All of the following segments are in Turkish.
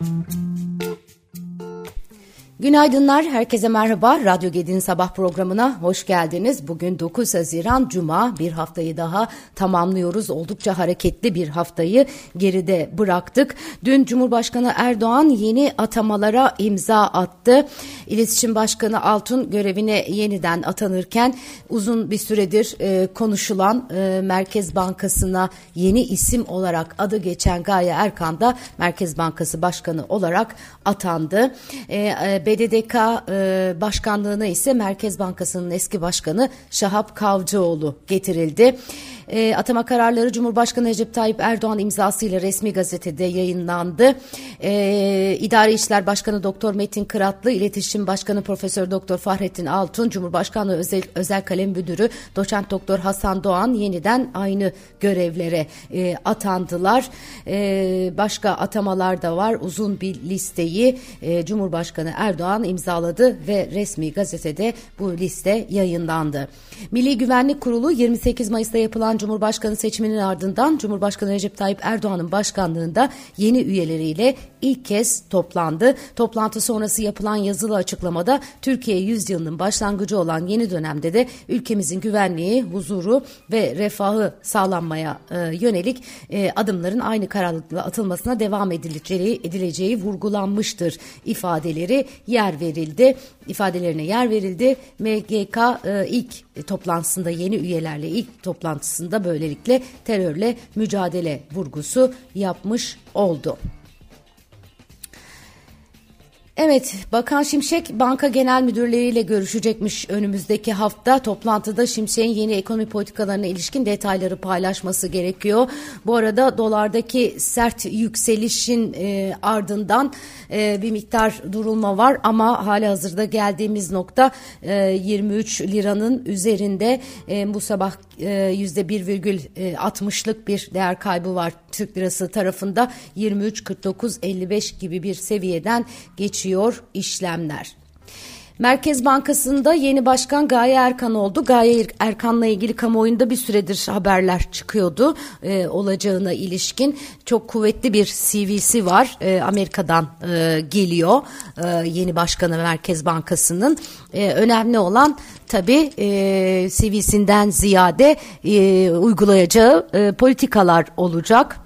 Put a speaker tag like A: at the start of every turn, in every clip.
A: Günaydınlar, herkese merhaba. Radyo Gedi'nin sabah programına hoş geldiniz. Bugün 9 Haziran Cuma, bir haftayı daha tamamlıyoruz. Oldukça hareketli bir haftayı geride bıraktık. Dün Cumhurbaşkanı Erdoğan yeni atamalara imza attı. İletişim Başkanı Altun görevine yeniden atanırken uzun bir süredir konuşulan Merkez Bankası'na yeni isim olarak adı geçen Gaye Erkan da Merkez Bankası Başkanı olarak atandı. BDDK başkanlığına ise Merkez Bankası'nın eski başkanı Şahap Kavcıoğlu getirildi. Atama kararları Cumhurbaşkanı Recep Tayyip Erdoğan imzasıyla resmi gazetede yayınlandı. İdari İşler Başkanı Doktor Metin Kıratlı, İletişim Başkanı Profesör Doktor Fahrettin Altun, Cumhurbaşkanlığı Özel Kalem Müdürü Doçent Doktor Hasan Doğan yeniden aynı görevlere atandılar. Başka atamalar da var. Uzun bir listeyi Cumhurbaşkanı Erdoğan imzaladı ve resmi gazetede bu liste yayınlandı. Milli Güvenlik Kurulu 28 Mayıs'ta yapılan Cumhurbaşkanı seçiminin ardından Cumhurbaşkanı Recep Tayyip Erdoğan'ın başkanlığında yeni üyeleriyle ilk kez toplandı. Toplantı sonrası yapılan yazılı açıklamada Türkiye yüzyılının başlangıcı olan yeni dönemde de ülkemizin güvenliği, huzuru ve refahı sağlanmaya yönelik adımların aynı kararlılıkla atılmasına devam edileceği vurgulanmıştır ifadelerine yer verildi. MGK ilk toplantısında yeni üyelerle ilk toplantısında böylelikle terörle mücadele vurgusu yapmış oldu. Evet, Bakan Şimşek banka genel müdürleriyle görüşecekmiş önümüzdeki hafta. Toplantıda Şimşek'in yeni ekonomi politikalarına ilişkin detayları paylaşması gerekiyor. Bu arada dolardaki sert yükselişin ardından bir miktar durulma var ama halihazırda geldiğimiz nokta 23 liranın üzerinde. Bu sabah %1,60'lık bir değer kaybı var Türk lirası tarafında. 23.49.55 gibi bir seviyeden geçiyor işlemler. Merkez Bankası'nda yeni başkan Gaye Erkan oldu. Gaye Erkan'la ilgili kamuoyunda bir süredir haberler çıkıyordu olacağına ilişkin. Çok kuvvetli bir CV'si var. Amerika'dan geliyor yeni başkanı Merkez Bankası'nın. Önemli olan tabii CV'sinden ziyade uygulayacağı politikalar olacak.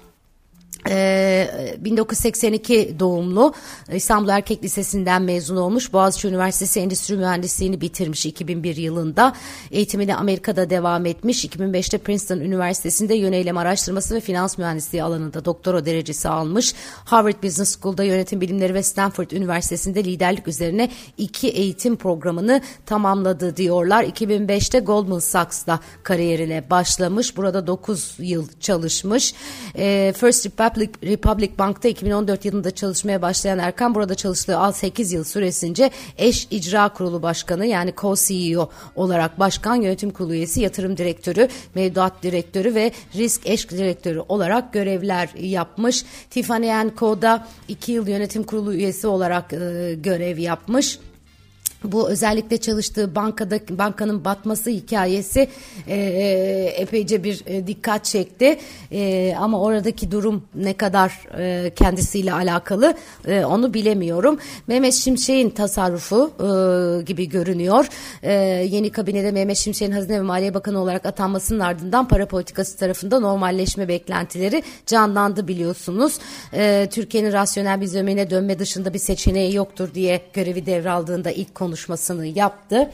A: 1982 doğumlu, İstanbul Erkek Lisesi'nden mezun olmuş, Boğaziçi Üniversitesi Endüstri Mühendisliğini bitirmiş 2001 yılında. Eğitimine Amerika'da devam etmiş. 2005'te Princeton Üniversitesi'nde yöneylem araştırması ve finans mühendisliği alanında doktora derecesi almış. Harvard Business School'da yönetim bilimleri ve Stanford Üniversitesi'nde liderlik üzerine 2 eğitim programını tamamladı diyorlar. 2005'te Goldman Sachs'ta kariyerine başlamış. Burada 9 yıl çalışmış. First Republic Bank'ta 2014 yılında çalışmaya başlayan Erkan, burada çalıştığı 8 yıl süresince eş icra kurulu başkanı, yani co-CEO olarak başkan, yönetim kurulu üyesi, yatırım direktörü, mevduat direktörü ve risk eş direktörü olarak görevler yapmış. Tiffany & Co'da 2 yıl yönetim kurulu üyesi olarak görev yapmış. Bu özellikle çalıştığı bankanın batması hikayesi epeyce bir dikkat çekti. Ama oradaki durum ne kadar kendisiyle alakalı onu bilemiyorum. Mehmet Şimşek'in tasarrufu gibi görünüyor. Yeni kabinede Mehmet Şimşek'in Hazine ve Maliye Bakanı olarak atanmasının ardından para politikası tarafında normalleşme beklentileri canlandı biliyorsunuz. Türkiye'nin rasyonel bir zemine dönme dışında bir seçeneği yoktur diye görevi devraldığında ilk konuşmasını yaptı.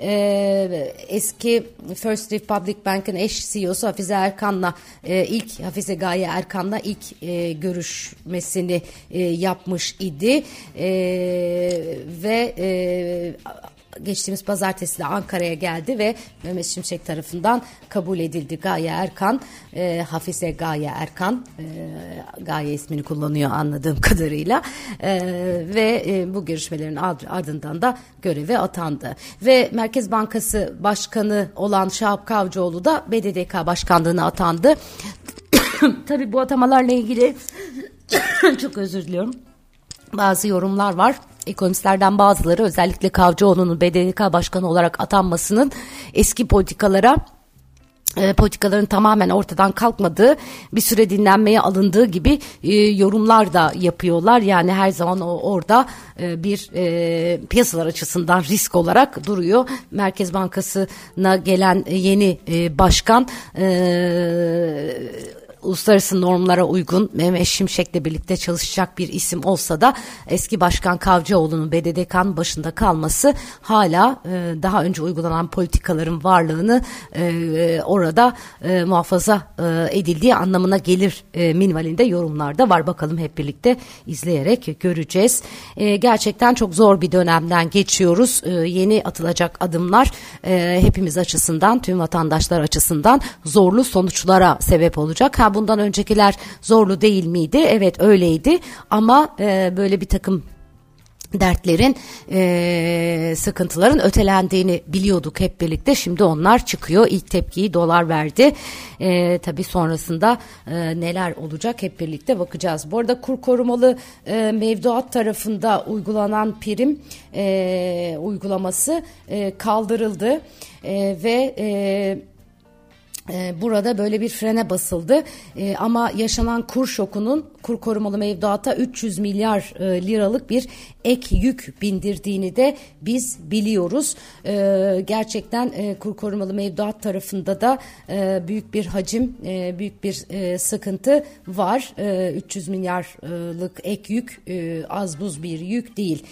A: Eski First Republic Bank'ın eş CEO'su Hafize Gaye Erkan'la ilk görüşmesini yapmış idi. Ve geçtiğimiz pazartesi de Ankara'ya geldi ve Mehmet Şimşek tarafından kabul edildi. Gaye Erkan, Hafize Gaye Erkan, Gaye ismini kullanıyor anladığım kadarıyla, ve bu görüşmelerin ardından da göreve atandı. Ve Merkez Bankası Başkanı olan Şahap Kavcıoğlu da BDDK Başkanlığı'na atandı. Tabii bu atamalarla ilgili çok özür diliyorum, bazı yorumlar var. Ekonomistlerden bazıları özellikle Kavcıoğlu'nun BDDK Başkanı olarak atanmasının eski politikalara politikaların tamamen ortadan kalkmadığı, bir süre dinlenmeye alındığı gibi yorumlar da yapıyorlar. Yani her zaman orada bir piyasalar açısından risk olarak duruyor. Merkez Bankası'na gelen yeni başkan uluslararası normlara uygun Mehmet Şimşek'le birlikte çalışacak bir isim olsa da eski Başkan Kavcıoğlu'nun BDDK'nın başında kalması hala daha önce uygulanan politikaların varlığını orada muhafaza edildiği anlamına gelir minvalinde yorumlarda var. Bakalım, hep birlikte izleyerek göreceğiz. Gerçekten çok zor bir dönemden geçiyoruz. Yeni atılacak adımlar hepimiz açısından, tüm vatandaşlar açısından zorlu sonuçlara sebep olacak. Bundan öncekiler zorlu değil miydi? Evet, öyleydi ama böyle bir takım dertlerin, sıkıntıların ötelendiğini biliyorduk hep birlikte. Şimdi onlar çıkıyor. İlk tepkiyi dolar verdi. Tabii sonrasında neler olacak hep birlikte bakacağız. Bu arada kur korumalı mevduat tarafında uygulanan prim uygulaması kaldırıldı ve burada böyle bir frene basıldı ama yaşanan kur şokunun kur korumalı mevduata 300 milyar liralık bir ek yük bindirdiğini de biz biliyoruz. Gerçekten kur korumalı mevduat tarafında da büyük bir hacim, büyük bir sıkıntı var. 300 milyarlık ek yük az buz bir yük değil.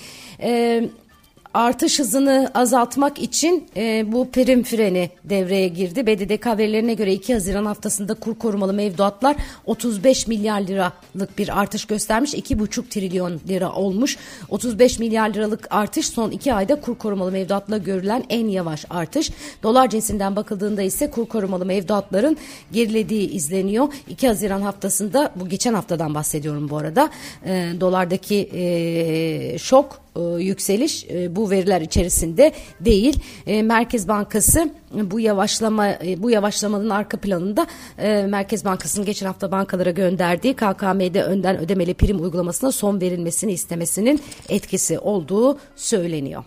A: Artış hızını azaltmak için bu prim freni devreye girdi. BDDK verilerine göre 2 Haziran haftasında kur korumalı mevduatlar 35 milyar liralık bir artış göstermiş. 2,5 trilyon lira olmuş. 35 milyar liralık artış son 2 ayda kur korumalı mevduatla görülen en yavaş artış. Dolar cinsinden bakıldığında ise kur korumalı mevduatların gerilediği izleniyor. 2 Haziran haftasında, bu geçen haftadan bahsediyorum bu arada, dolardaki şok, yükseliş bu veriler içerisinde değil. Merkez Bankası bu yavaşlamanın arka planında Merkez Bankası'nın geçen hafta bankalara gönderdiği KKM'de önden ödemeli prim uygulamasına son verilmesini istemesinin etkisi olduğu söyleniyor.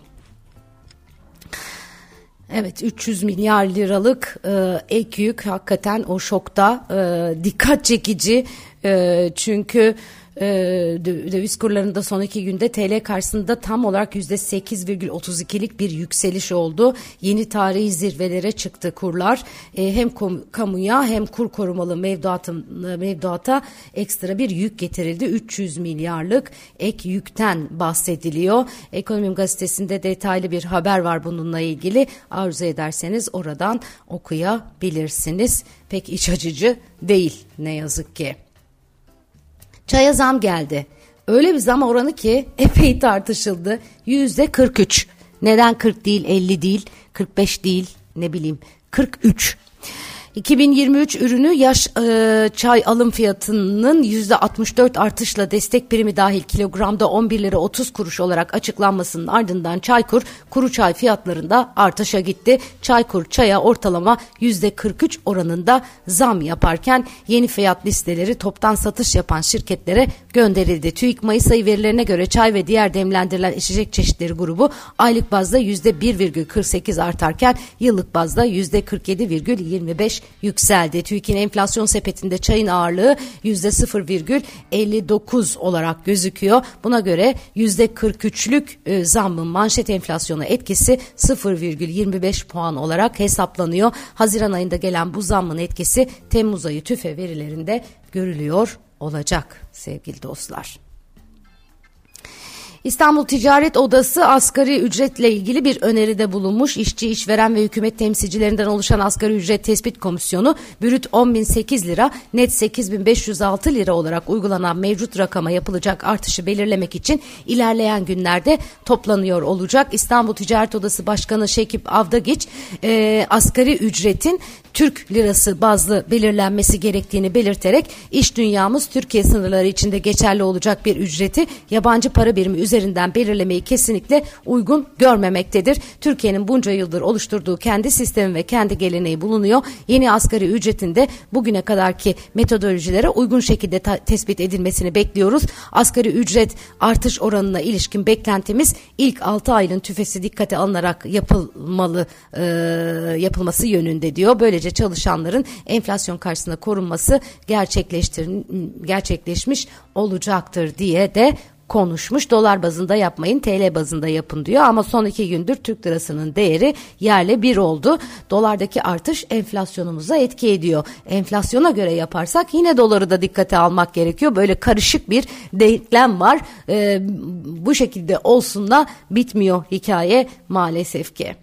A: Evet, 300 milyar liralık ek yük hakikaten o şokta dikkat çekici, çünkü döviz kurlarında son 2 günde TL karşısında tam olarak %8,32'lik bir yükseliş oldu. Yeni tarihi zirvelere çıktı kurlar. Hem kamuya hem kur korumalı mevduata ekstra bir yük getirildi. 300 milyarlık ek yükten bahsediliyor. Ekonomim gazetesinde detaylı bir haber var bununla ilgili. Arzu ederseniz oradan okuyabilirsiniz. Pek iç açıcı değil ne yazık ki. Çaya zam geldi. Öyle bir zam oranı ki epey tartışıldı. %43. Neden 40 değil, 50 değil, 45 değil, ne bileyim 43. 2023 ürünü yaş çay alım fiyatının %64 artışla destek primi dahil kilogramda 11 lira 30 kuruş olarak açıklanmasının ardından Çaykur kuru çay fiyatlarında artışa gitti. Çaykur çaya ortalama %43 oranında zam yaparken yeni fiyat listeleri toptan satış yapan şirketlere gönderildi. TÜİK Mayıs ayı verilerine göre çay ve diğer demlendirilen içecek çeşitleri grubu aylık bazda %1,48 artarken yıllık bazda %47,25 yükseldi. TÜİK'in enflasyon sepetinde çayın ağırlığı %0,59 olarak gözüküyor. Buna göre %43'lük zammın manşet enflasyona etkisi 0,25 puan olarak hesaplanıyor. Haziran ayında gelen bu zammın etkisi Temmuz ayı TÜFE verilerinde görülüyor olacak sevgili dostlar. İstanbul Ticaret Odası asgari ücretle ilgili bir öneride bulunmuş. İşçi, işveren ve hükümet temsilcilerinden oluşan Asgari Ücret Tespit Komisyonu, brüt 10.008 lira, net 8.506 lira olarak uygulanan mevcut rakama yapılacak artışı belirlemek için ilerleyen günlerde toplanıyor olacak. İstanbul Ticaret Odası Başkanı Şekip Avdagiç, asgari ücretin Türk lirası bazlı belirlenmesi gerektiğini belirterek iş dünyamız Türkiye sınırları içinde geçerli olacak bir ücreti yabancı para birimi üzerinden üzerinden belirlemeyi kesinlikle uygun görmemektedir. Türkiye'nin bunca yıldır oluşturduğu kendi sistemi ve kendi geleneği bulunuyor. Yeni asgari ücretin de bugüne kadarki metodolojilere uygun şekilde tespit edilmesini bekliyoruz. Asgari ücret artış oranına ilişkin beklentimiz ilk 6 ayın tüfesi dikkate alınarak yapılması yönünde diyor. Böylece çalışanların enflasyon karşısında korunması gerçekleşmiş olacaktır diye de konuşmuş. Dolar bazında yapmayın, TL bazında yapın diyor ama son 2 gündür Türk lirasının değeri yerle bir oldu. Dolardaki artış enflasyonumuza etki ediyor. Enflasyona göre yaparsak yine doları da dikkate almak gerekiyor. Böyle karışık bir denklem var. Bu şekilde olsun da bitmiyor hikaye maalesef ki.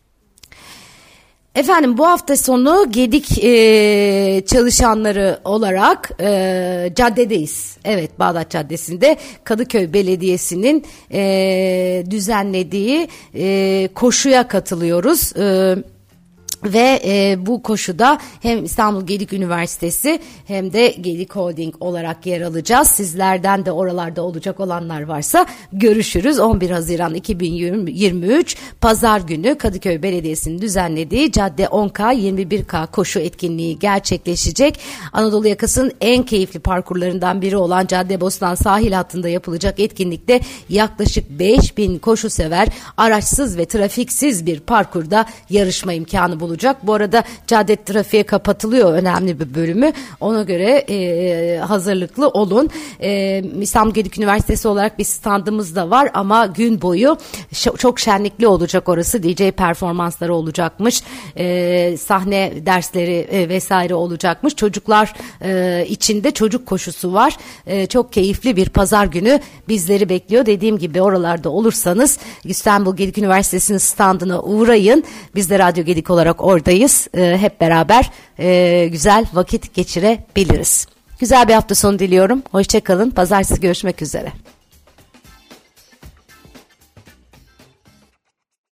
A: Efendim bu hafta sonu Gedik çalışanları olarak caddedeyiz. Evet, Bağdat Caddesi'nde Kadıköy Belediyesi'nin düzenlediği koşuya katılıyoruz. Ve bu koşuda hem İstanbul Gedik Üniversitesi hem de Gedik Holding olarak yer alacağız. Sizlerden de oralarda olacak olanlar varsa görüşürüz. 11 Haziran 2023 Pazar günü Kadıköy Belediyesi'nin düzenlediği Cadde 10K 21K koşu etkinliği gerçekleşecek. Anadolu yakasının en keyifli parkurlarından biri olan Caddebostan sahil hattında yapılacak etkinlikte yaklaşık 5000 koşu sever araçsız ve trafiksiz bir parkurda yarışma imkanı bulacak. Bu arada cadde trafiğe kapatılıyor, önemli bir bölümü. Ona göre hazırlıklı olun. İstanbul Gedik Üniversitesi olarak bir standımız da var ama gün boyu çok şenlikli olacak orası. DJ performansları olacakmış. Sahne dersleri vesaire olacakmış. Çocuklar içinde çocuk koşusu var. Çok keyifli bir pazar günü bizleri bekliyor. Dediğim gibi oralarda olursanız İstanbul Gedik Üniversitesi'nin standına uğrayın. Biz de Radyo Gedik olarak oradayız. Hep beraber güzel vakit geçirebiliriz. Güzel bir hafta sonu diliyorum. Hoşça kalın. Pazartesi görüşmek üzere.